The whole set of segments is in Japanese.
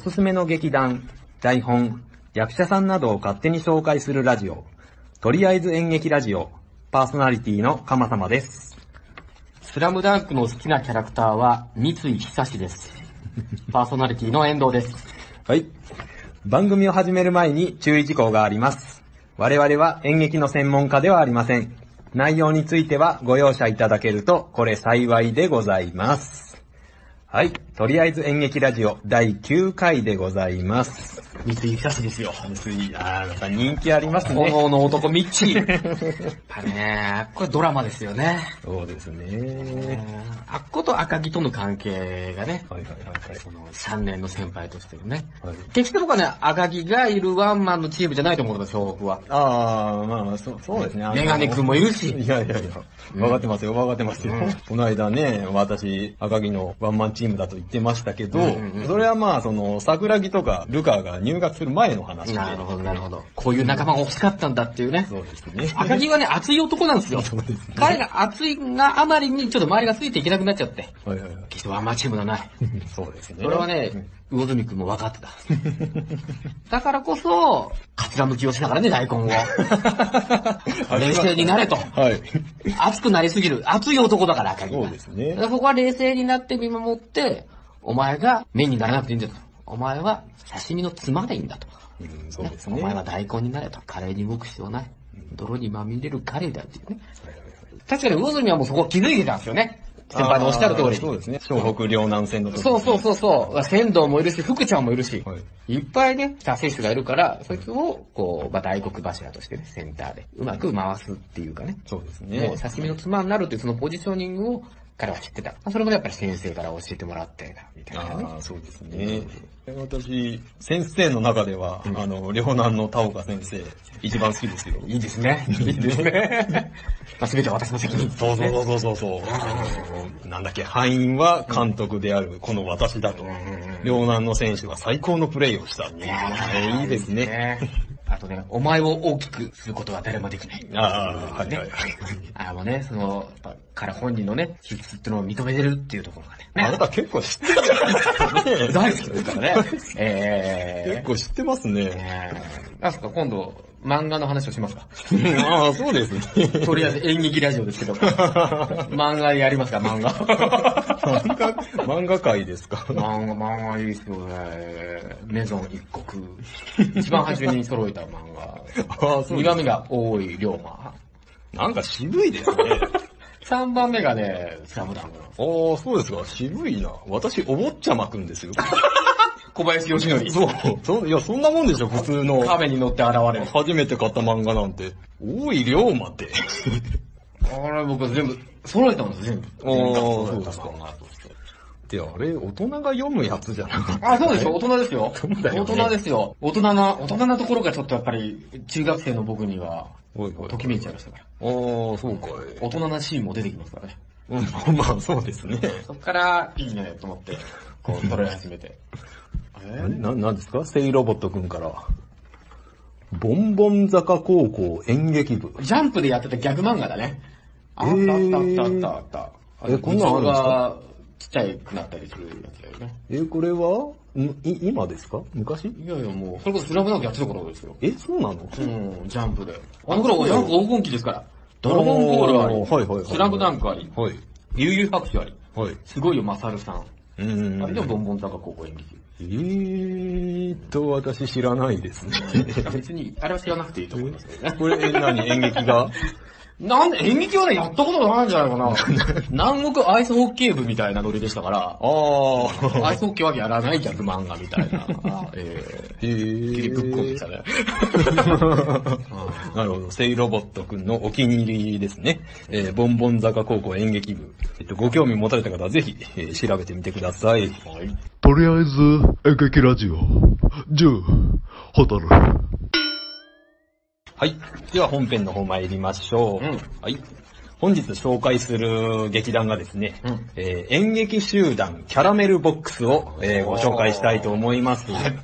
すすめの劇団、台本、役者さんなどを勝手に紹介するラジオ、とりあえず演劇ラジオ、パーソナリティのかまさまです。 スラムダンクの好きなキャラクターは三井久志です。パーソナリティの遠藤です。 はい。番組を始める前に注意事項があります。我々は演劇の専門家ではありません。内容についてはご容赦いただけるとこれ幸いでございます。はい。とりあえず演劇ラジオ第9回でございます。 三井久志ですよ。 三井、なんか人気ありますね。 炎の男ミッチー。やっぱね、これドラマですよね。 そうですね。 あっこと赤木との関係がね、 はいはいはいはい。 その3年の先輩としてのね。 はい、 決して僕はね、赤木がいるワンマンのチームじゃないと思うんですよ、僕は。 まあ、そうですね。 メガネ君もいるし。 いや、わかってますよ、わかってますよ。この間ね、私、赤木のワンマンチームだと言ってましたけど、それはまあ、桜木とかルカが入学する前の話で。 なるほど、なるほど。こういう仲間が欲しかったんだっていうね。 そうですね。 赤木はね、熱い男なんですよ。 そうですね。 彼が熱いがあまりにちょっと周りがついていけなくなっちゃって。 はいはいはい。 決してワンマンチームではない。 そうですね。 それはね、魚住くんも分かってた。だからこそ、かつらむきをしながらね、大根を。冷静になれと。 はい。 熱くなりすぎる。熱い男だから赤木は。 そうですね。 だからそこは冷静になって見守って、お前が麺にならなくていいんだと。お前は刺身のつまでいいんだと。 そうですね。 お前は大根になれと。カレーに動く必要ない。泥にまみれるカレーだっていうね。確かに魚住はもうそこ気づいてたんですよね。先輩のおっしゃる通り。 そうですね。湘北両南戦の時。 そう。仙道もいるし、福ちゃんもいるし、いっぱいね、スター選手がいるから、そいつを、大黒柱としてね、センターで、うまく回すっていうかね。 そうですね。 もう刺身の妻になるっていうそのポジショニングを彼は知ってた。それもやっぱり先生から教えてもらってた、みたいなね。 そうですね。私、先生の中では、両南の田岡先生、一番好きですよ。 いいですね。いいですね。すべては私の責任。 そう。なんだっけ、敗因は監督であるこの私だと。両南の選手は最高のプレーをした。いいですね。 あとね、お前を大きくすることは誰もできない。 はい。 もうね、彼本人のね、資質っていうのを認めてるっていうところがね。 あなた結構知ってるじゃないですかね。 大好きですからね。 結構知ってますね。 なんすか、今度、漫画の話をしますか。 そうですね。 とりあえず演劇ラジオですけど。漫画やりますか、漫画。 漫画界ですか。 漫画いいですよね。メゾン一国。一番初めに揃えた漫画。2番目が大井龍馬。 なんか渋いですね。 3番目がね、スラムダンクなんです。 そうですか。渋いな。私、お坊ちゃまくんですよ。 小林義則。 そう。いや、そんなもんでしょ、普通の。 亀に乗って現れる。 初めて買った漫画なんて。大井龍馬って。 あれ、僕全部、揃えたんです、全部。 そうですか。で、あれ、大人が読むやつじゃなかった。 そうですよ、大人ですよ。大人ですよ。大人なところがちょっとやっぱり、中学生の僕には、ときめいちゃいましたから。 そうかい。 大人なシーンも出てきますからね。 まあ、そうですね。 そっから、いいね、と思って、揃え始めて。 なんですか？セイロボットくんから。ボンボン坂高校演劇部。 ジャンプでやってたギャグ漫画だね。あった。こんなのあるんですか？ちっちゃいくなったりするやつだよね。 これは今ですか？昔？ いやもう、それこそスラムダンクやってた頃ですよ。 そうなの？ ジャンプで。あの頃はジャンプ黄金期ですから。ドラゴンボールあり。スラムダンクあり。悠々白書あり。すごいよ、マサルさん。あれでもボンボン坂高校演劇部。 私知らないですね。 別に、あれは知らなくていいと思いますけどね。 これ、演劇が演劇はね、やったことないんじゃないかな。南国アイスホッケー部みたいなノリでしたから、アイスホッケーはやらないギャグ漫画みたいな。切りぶっこんでしたね。 なるほど。セイロボットくんのお気に入りですね。ボンボン坂高校演劇部。ご興味持たれた方はぜひ、調べてみてください。 とりあえず、演劇ラジオ、10、ホタル。 はい。では本編の方参りましょう。はい。本日紹介する劇団がですね、演劇集団キャラメルボックスを、ご紹介したいと思います。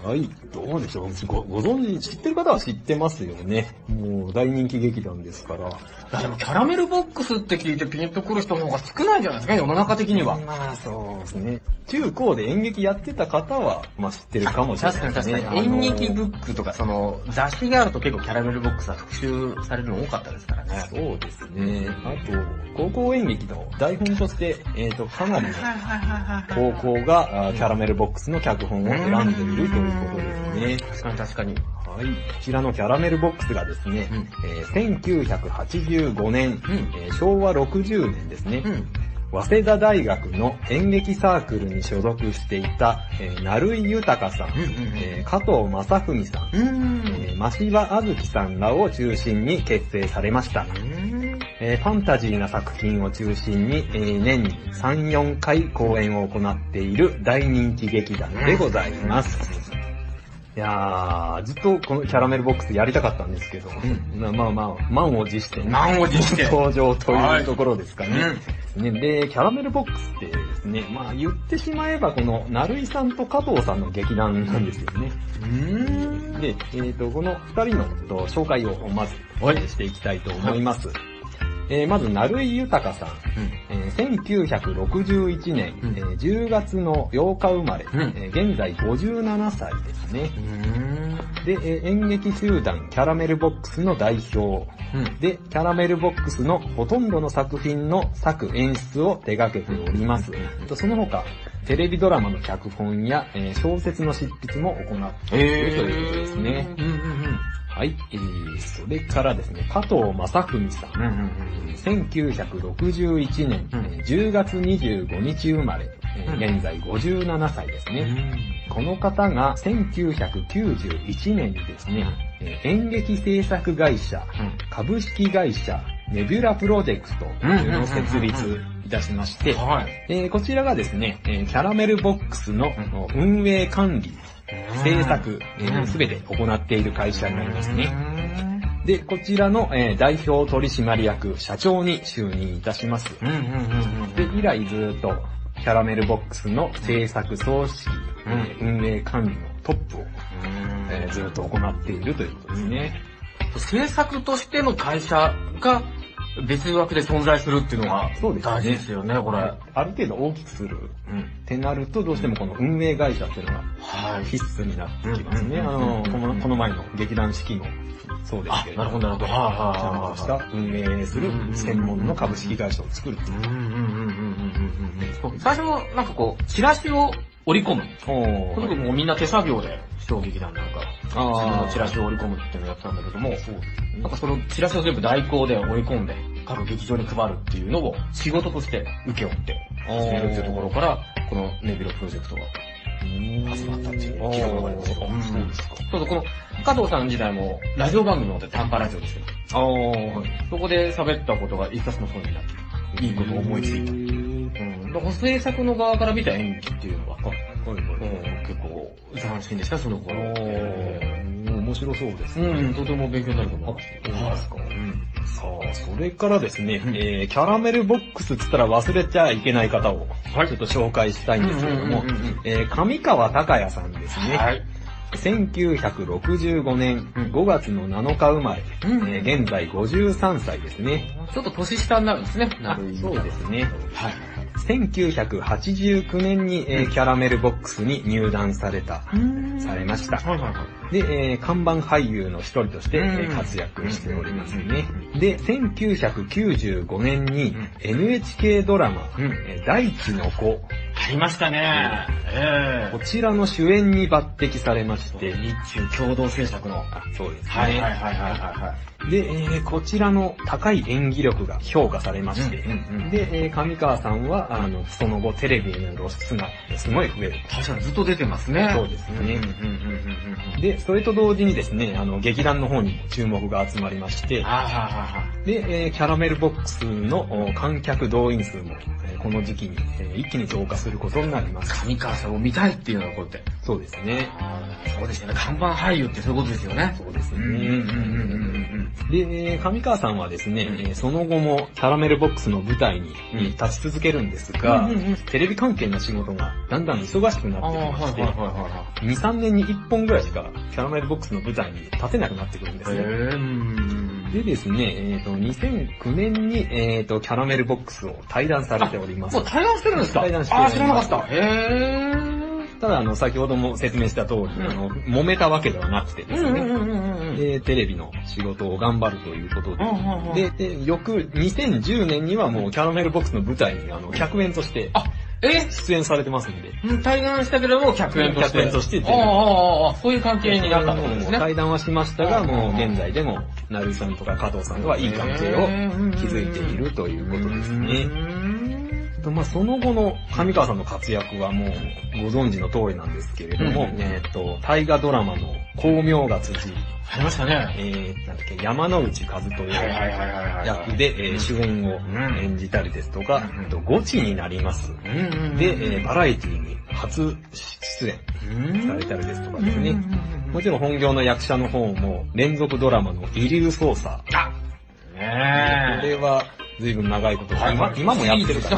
はい、どうでしょう。ご存知、知ってる方は知ってますよね。もう大人気劇団ですから。 でもキャラメルボックスって聞いてピンとくる人の方が少ないんじゃないですか、世の中的には。 まあそうですね。中高で演劇やってた方は、まあ知ってるかもしれないですね。 確かに演劇ブックとか雑誌があると結構キャラメルボックスは特集されるの多かったですからね。 そうですね。あと、高校演劇の台本として、かなりの高校がキャラメルボックスの脚本を選んでいるということですね。 確かに。 はい。こちらのキャラメルボックスがですね、1985年、昭和60年ですね、早稲田大学の演劇サークルに所属していた、成井豊さん、加藤正文さん、真柴あずきさんらを中心に結成されました。ファンタジーな作品を中心に、年に3、4回公演を行っている大人気劇団でございます。いやー、ずっとこのキャラメルボックスやりたかったんですけど、まあまあ、満を持して登場というところですかね。で、キャラメルボックスってですね、まあ言ってしまえばこの成井さんと加藤さんの劇団なんですよね。で、この二人の紹介をまずしていきたいと思います。まず、成井豊さん。1961年、10月の8日生まれ、現在57歳ですね。で、演劇集団キャラメルボックスの代表。で、キャラメルボックスのほとんどの作品の作演出を手掛けております。その他、テレビドラマの脚本や、小説の執筆も行っているということですね。はい、それからですね、加藤正文さん。1961年、10月25日生まれ、現在57歳ですね。この方が1991年にですね、演劇制作会社、株式会社、ネビュラプロジェクトというのを設立いたしまして、こちらがですね、キャラメルボックスの運営管理、制作、すべて行っている会社になりますね。で、こちらの、代表取締役社長に就任いたします。で、以来ずっとキャラメルボックスの制作総指揮、運営管理のトップを、ずっと行っているということですね。 制作としての会社が別枠で存在するっていうのが大事ですよね、これ。 ある程度大きくするってなると、どうしてもこの運営会社っていうのが必須になってきますね。この前の劇団四季もそうですけど。 なるほど、なるほど。ちゃんとした運営する専門の株式会社を作るっていう。 最初のなんかこう、チラシを折り込む。この時もうみんな手作業で、小劇団なんか、自分のチラシを折り込むっていうのをやってたんだけども、なんかそのチラシを全部代行で折り込んで、各劇場に配るっていうのを仕事として受け負って始めるっていうところから、このネビロプロジェクトが始まったっていう聞いたことがあります。そうですか。そうそう、この加藤さん時代もラジオ番組を持って短波ラジオですよ。そこで喋ったことが一冊の本になって、いいことを思いついた。制作の側から見た演技っていうのは、結構斬新でした、その頃。 面白そうですね。 とても勉強になると思います。 さあ、それからですね、キャラメルボックスって言ったら忘れちゃいけない方を、ちょっと紹介したいんですけれども、上川隆也さんですね。1965年5月の7日生まれ、現在53歳ですね。 ちょっと年下になるんですね。 そうですね。1989年に、キャラメルボックスに入団されました。で、看板俳優の一人として、活躍しておりますね。で、1995年に NHK ドラマ、大地の子。 ありましたね。 こちらの主演に抜擢されまして、 日中共同制作の。 そうですね。で、こちらの高い演技力が評価されまして、で、上川さんは、その後テレビへの露出がすごい増える。 確かにずっと出てますね。 そうですね。で、それと同時にですね、劇団の方にも注目が集まりまして、で、キャラメルボックスの観客動員数も、この時期に一気に増加することになります。 上川さんを見たいっていうのがこうやって。 そうですね。 そうですよね。看板俳優ってそういうことですよね。 そうですね。 で、上川さんはですね、その後もキャラメルボックスの舞台に立ち続けるんですが、テレビ関係の仕事がだんだん忙しくなってきまして、2、3年に1本ぐらいしかキャラメルボックスの舞台に立てなくなってくるんですね。でですね、2009年に、キャラメルボックスを退団されております。 もう退団してるんですか？ 退団しております。 知らなかった。 ただ、先ほども説明した通り、揉めたわけではなくてですね、で、テレビの仕事を頑張るということで、で、翌2010年にはもうキャラメルボックスの舞台に客演として、出演されてますんで。 対談したけども、客演として。そういう関係になったんですね。 対談はしましたが、もう現在でも、成井さんとか加藤さんとはいい関係を築いているということですね。まあその後の上川さんの活躍はもうご存知の通りなんですけれども、大河ドラマの光明月寺。 ありましたね。 なんだっけ、山之内和人役で主演を演じたりですとか、ゴチになります。で、バラエティに初出演されたりですとかですね。もちろん本業の役者の方も連続ドラマの遺留捜査。これは随分長いこと、今もやってるから。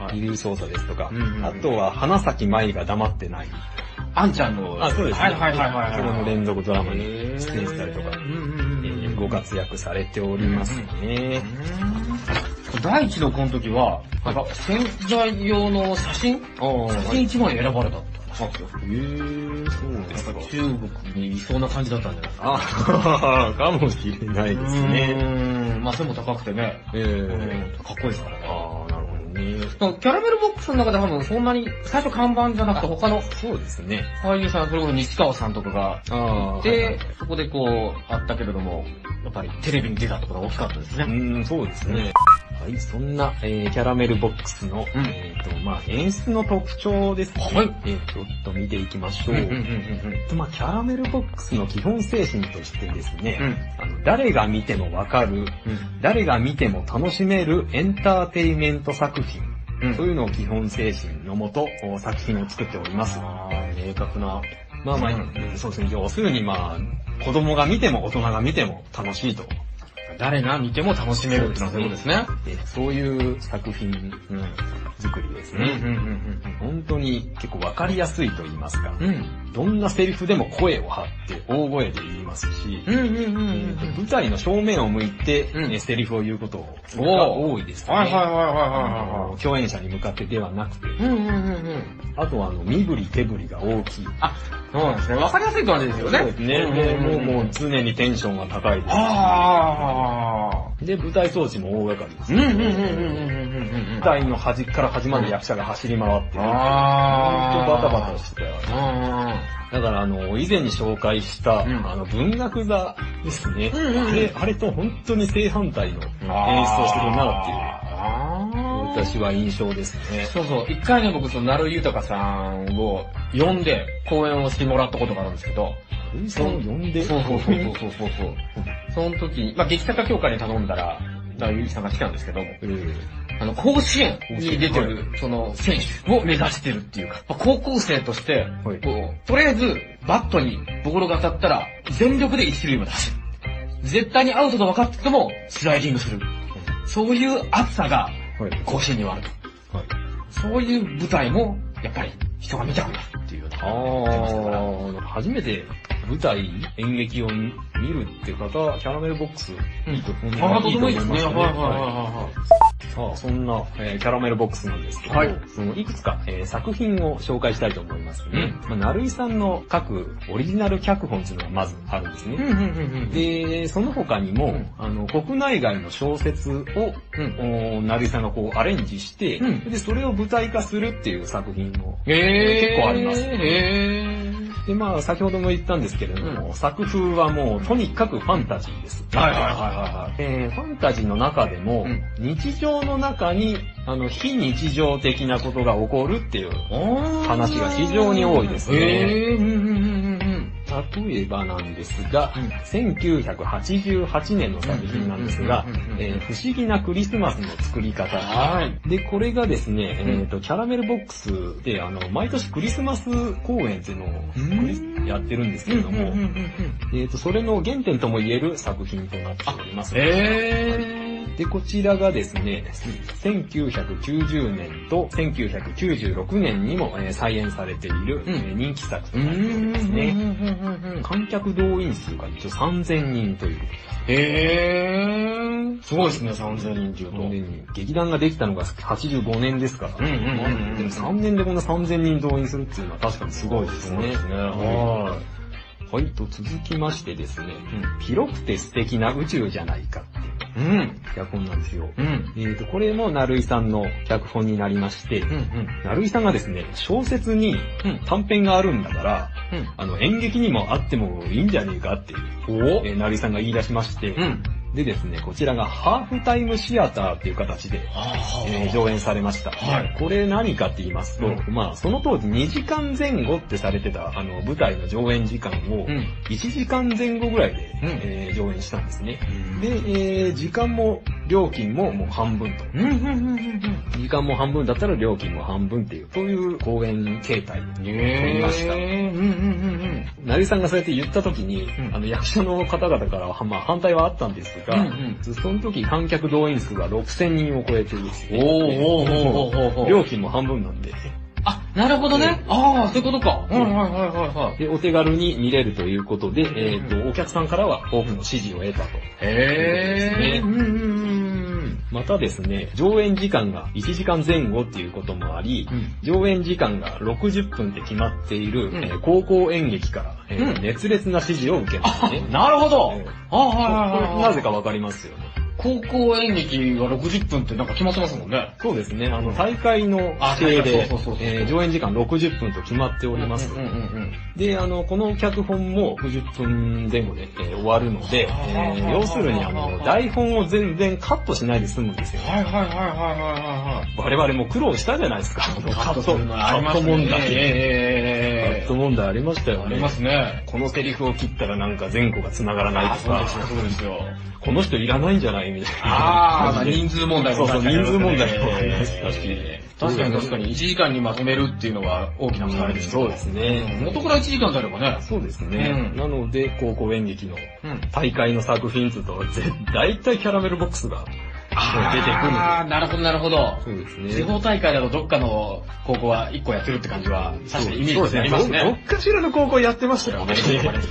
遺留捜査ですとか、あとは花咲舞が黙ってない。 あんちゃんの。 そうですね。それの連続ドラマに出演したりとか、ご活躍されておりますね。 第一のこの時は、潜在用の写真一枚選ばれたって話なんですよ。 そうですか。 中国にいそうな感じだったんじゃないですか。かもしれないですね。 まあ背も高くてね。かっこいいですからね。 なるほどね。 キャラメルボックスの中で多分そんなに、最初看板じゃなくて他の、 そうですね。 俳優さん、それこそ西川さんとかがいて、そこでこう、あったけれども、やっぱりテレビに出たってことが大きかったですね。 そうですね。はい、そんな、キャラメルボックスの、演出の特徴ですね。 はい。 ちょっと見ていきましょう。キャラメルボックスの基本精神としてですね、誰が見てもわかる、誰が見ても楽しめるエンターテイメント作品、そういうのを基本精神のもと、作品を作っております。 明確な。 そうですね。要するに子供が見ても大人が見ても楽しいと。 誰が見ても楽しめるってのはそういうことですね。 そういう作品作りですね。本当に結構わかりやすいと言いますか、どんなセリフでも声を張って大声で言いますし、舞台の正面を向いてセリフを言うことが多いですね。共演者に向かってではなくて、あとは身振り手振りが大きい。 そうなんですね。わかりやすい感じですよね。 そうですね。もう常にテンションが高いです。で、舞台装置も大掛かりです。舞台の端から端まで役者が走り回ってる。ほんとバタバタしてた。だから以前に紹介した、文学座ですね。あれと本当に正反対の演出をしてるなっていう。私は印象ですね。 そうそう。一回ね、僕、成井豊さんを呼んで、講演をしてもらったことがあるんですけど、 その呼んでそう。その時に、劇作家協会に頼んだら、ゆうきさんが来たんですけど、甲子園に出てる、その、選手を目指してるっていうか、高校生として、とりあえず、バットにボールが当たったら、全力で一塁まで走る。絶対にアウトと分かってても、スライディングする。そういう熱さが、甲子園にはあると。そういう舞台も、やっぱり人が見たくなるっていうような。 初めて舞台、演劇を見るっていう方は、キャラメルボックス、いいと思いますね。さあ、そんな、キャラメルボックスなんですけど、そのいくつか、作品を紹介したいと思いますね。成井さんの書くオリジナル脚本っていうのがまずあるんですね。で、その他にも、国内外の小説を、成井さんがこうアレンジして、で、それを舞台化するっていう作品も、結構あります。で、先ほども言ったんですけれども、作風はもうとにかくファンタジーです。ファンタジーの中でも、日常の中に、非日常的なことが起こるっていう話が非常に多いですね。例えばなんですが、1988年の作品なんですが、不思議なクリスマスの作り方。で、これがですね、キャラメルボックスで、毎年クリスマス公演っていうのを、 やってるんですけれども、それの原点とも言える作品となっております。で、こちらがですね、1990年と1996年にも再演されている人気作となっておりますね。観客動員数が一応3000人ということすごいですね、3000人っていうと。 劇団ができたのが85年ですから、でも3年でこんな3000人動員するっていうのは確かにすごいですね。はい、と続きましてですね、広くて素敵な宇宙じゃないかっていう脚本なんですよ。これも成井さんの脚本になりまして、成井さんがですね、小説に短編があるんだから、演劇にもあってもいいんじゃねえかっていう、成井さんが言い出しまして、でですね、こちらがハーフタイムシアターっていう形で、上演されました。これ何かって言いますと、まあその当時2時間前後ってされてた舞台の上演時間を1時間前後ぐらいで、上演したんですね。で、時間も料金ももう半分と。時間も半分だったら料金も半分っていう、そういう公演形態になりました。成井さんがそうやって言った時に、役者の方々からは、まあ反対はあったんですが、その時観客動員数が6000人を超えてですね、料金も半分なんで。 あ、なるほどね。ああ、そういうことか。 で、お手軽に見れるということで、お客さんからは多くの支持を得たと。またですね、上演時間が1時間前後っていうこともあり、上演時間が60分って決まっている、高校演劇から、熱烈な支持を受けますね。 なるほど。 なぜかわかりますよね。 高校演劇が60分ってなんか決まってますもんね。 そうですね。大会の規定で、上演時間60分と決まっております。で、この脚本も60分前後で、終わるので、要するに台本を全然カットしないで済むんですよ。我々も苦労したじゃないですか。カット問題。カット問題ありましたよね。 ありますね。 このセリフを切ったらなんか前後が繋がらないとか。 そうですよ。 この人いらないんじゃないみたいな。人数問題も人数問題もありましたし。 確かに1時間にまとめるっていうのが大きな問題です。 そうですね。 元から1時間であればね。 そうですね。なので、高校演劇の大会の作品と大体キャラメルボックスが出てくる。 なるほどなるほど。 そうですね。 地方大会だとどっかの高校は1個やってるって感じは、確かにイメージありますね。 どっかしらの高校やってましたよね。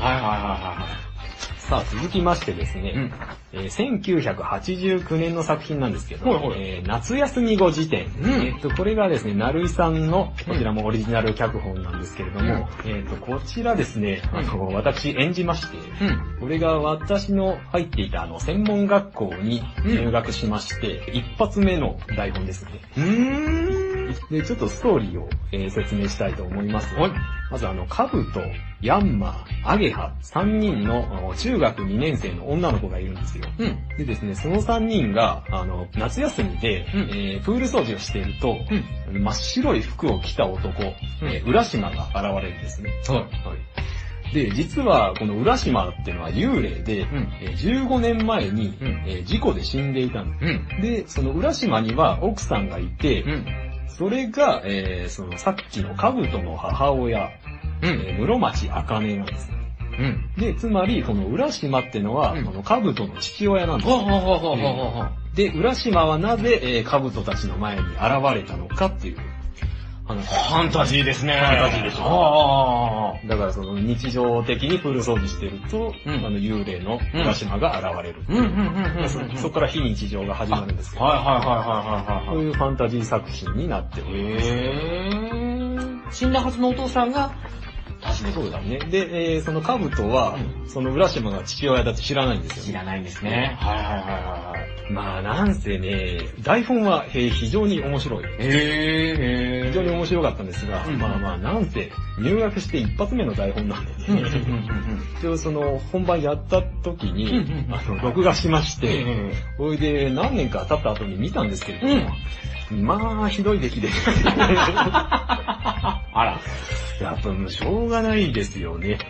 さあ、続きましてですね、1989年の作品なんですけど、夏休み後辞典。これがですね、成井さんの、こちらもオリジナル脚本なんですけれども、こちらですね、私演じまして、これが私の入っていた専門学校に入学しまして、一発目の台本ですね。で、ちょっとストーリーを、説明したいと思います。まずカブとヤンマー、アゲハ、3人の中学2年生の女の子がいるんですよ。でですね、その3人が、夏休みで、プール掃除をしていると、真っ白い服を着た男、浦島が現れるんですね。で、実はこの浦島っていうのは幽霊で、15年前に、事故で死んでいたんです。で、その浦島には奥さんがいて、それが、さっきの兜の母親、室町茜なんです。で、つまり、この浦島ってのは、この兜の父親なんです。で、浦島はなぜ、兜たちの前に現れたのかっていう話。 ファンタジーですね。 ファンタジーでしょ。だからその日常的にプール掃除してると、幽霊の浦島が現れる。そこから非日常が始まるんですけど。そういうファンタジー作品になっております。 死んだはずのお父さんが、 確かにそうだね。で、その兜は、その浦島が父親だって知らないんですよ。 知らないんですね。 まあ、なんせね、台本は非常に面白い。非常に面白かったんですが、まあ、なんせ、入学して一発目の台本なんでね。一応その、本番やった時に、録画しまして、それで何年か経った後に見たんですけれども、 まあ、ひどい出来で。 あら。 やっぱもうしょうがないですよね。だって、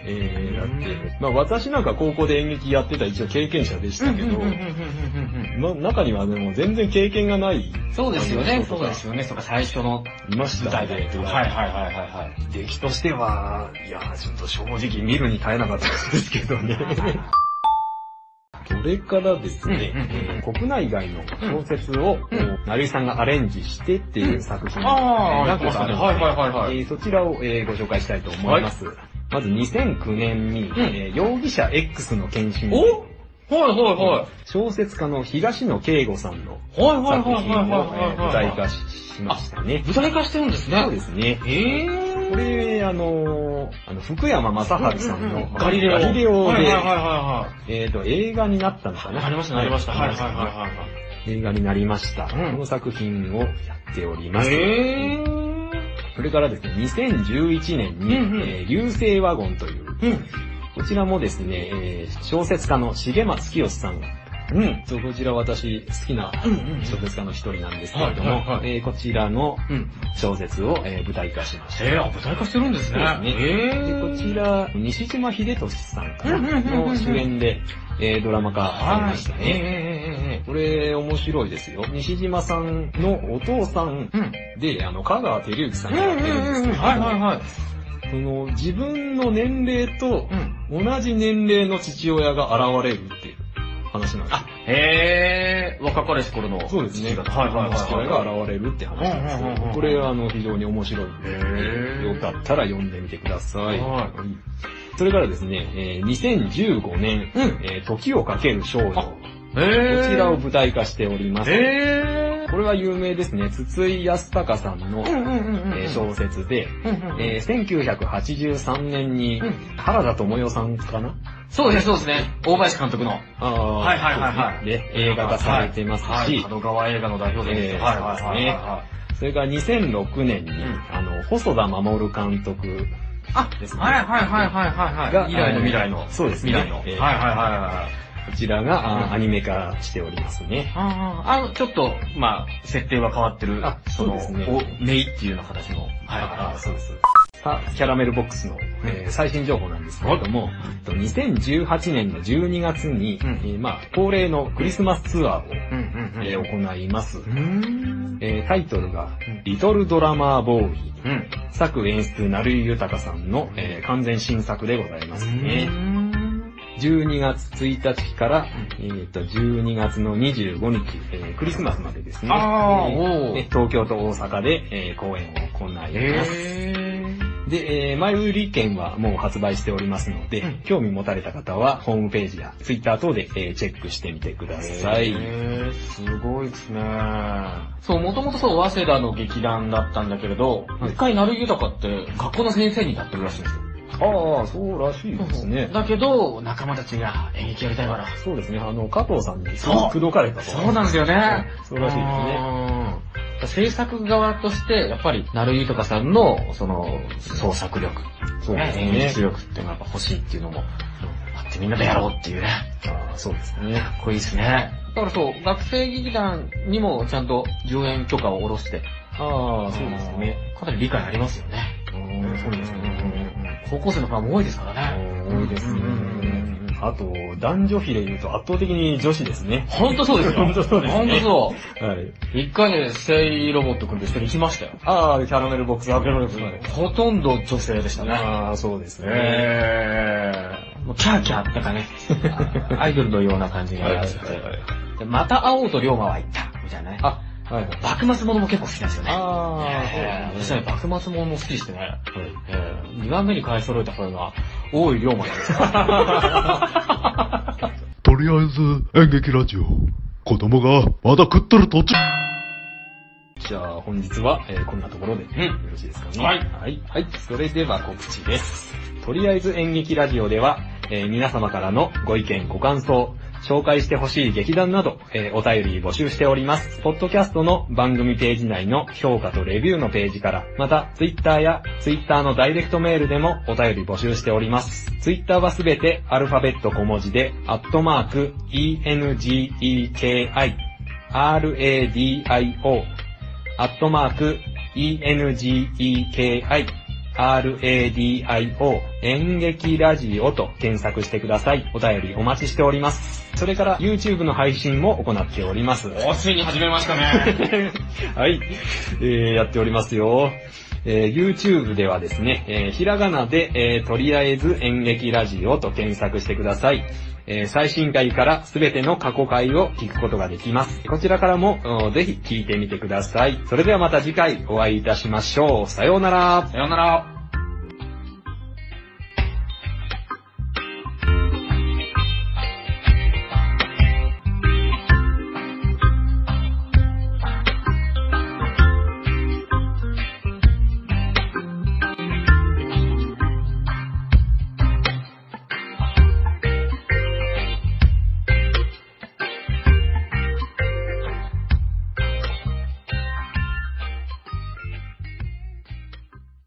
まあ私なんか高校で演劇やってた一応経験者でしたけど、中にはでも全然経験がない。 そうですよね、そうですよね、最初のいましたね。 はい。 出来としては、いや、ちょっと正直見るに耐えなかったんですけどね。それからですね、国内外の小説を、成井さんがアレンジしてっていう作品が何個かあるので、そちらをご紹介したいと思います。まず2009年に、容疑者 X の献身。小説家の東野圭吾さんの作品を舞台化しましたね。 舞台化してるんですね。 そうですね。これ、福山雅治さんのガリレオで、映画になったのかな。 なりました。 映画になりました。この作品をやっております。それからですね、2011年に、流星ワゴンという、こちらもですね、小説家の重松清さんが、こちら私好きな小説家の一人なんですけれども、こちらの小説を舞台化しました。 舞台化してるんですね。 で、こちら、西島秀俊さんの主演で、ドラマ化されましたね。これ面白いですよ。西島さんのお父さんで、香川照之さんがやってるんですけど、その自分の年齢と同じ年齢の父親が現れるっていう話なんです。 若かりし頃の。 そうですね。父親が現れるって話なんですよ。これ非常に面白いので、よかったら読んでみてください。それからですね、2015年、時をかける少女。こちらを舞台化しております。これは有名ですね。筒井康隆さんの小説で、1983年に原田知世さんかな？ そうですね。大林監督の。 で、映画化されてますし、 角川映画の代表です。 それから2006年に、細田守監督ですね。 未来の。 そうですね。こちらがアニメ化しておりますね。 ちょっと、設定は変わってる。 そうですね。 メイっていうような形の。 そうです。キャラメルボックスの最新情報なんですけれども、2018年の12月に、恒例のクリスマスツアーを行います。タイトルが、リトルドラマーボーイ。作演出、成井豊さんの完全新作でございますね。12月1日から、12月の25日、クリスマスまでですね。東京と大阪で、公演を行います。で、前売り券はもう発売しておりますので、興味持たれた方はホームページやツイッター等で、チェックしてみてください。 すごいですね。そう、もともと早稲田の劇団だったんだけれど、一回成井豊って学校の先生になってるらしいんですよ。 そうらしいですね。 だけど、仲間たちが演劇やりたいから。 そうですね。加藤さんに口説かれたと。 そうなんですよね。 そうらしいですね。 制作側として、やっぱり、成井豊さんの、創作力、演出力っていうのが欲しいっていうのも、あってみんなでやろうっていうね。 そうですね。 かっこいいですね。だからそう、学生劇団にもちゃんと上演許可を下ろして。 そうですね。 かなり理解ありますよね。 そうですね。 高校生のファンも多いですからね。 多いですね。あと、男女比で言うと圧倒的に女子ですね。 ほんとそうですよ。 ほんとそうですね。 ほんとそう。一回ね、セイロボット君と一緒に行きましたよ。 キャラメルボックス、キャラメルボックスまで。 ほとんど女性でしたね。 そうですね。 もうキャーキャーってかね、アイドルのような感じがありまして。また会おうと龍馬は言った、みたいなね。幕末ものも結構好きなんですよね。私はね、幕末ものも好きでしてね。2番目に買い揃えた声が、大井龍馬なんですよ。 とりあえず、演劇ラジオ。子供がまだ食ってる途中。 じゃあ、本日は、こんなところで、よろしいですかね。はい。それでは告知です。とりあえず演劇ラジオでは、皆様からのご意見、ご感想、紹介してほしい劇団など、お便り募集しております。ポッドキャストの番組ページ内の評価とレビューのページから、また、ツイッターやツイッターのダイレクトメールでもお便り募集しております。ツイッターはすべてアルファベット小文字で、ENGEKI RADIO @ENGEKIRADIO 演劇ラジオと検索してください。お便りお待ちしております。それから YouTube の配信も行っております。 ついに始めましたね。 はい、やっておりますよ。YouTube ではですね、ひらがなで、とりあえず演劇ラジオと検索してください。最新回からすべての過去回を聞くことができます。こちらからもぜひ聞いてみてください。それではまた次回お会いいたしましょう。さようなら。 さようなら。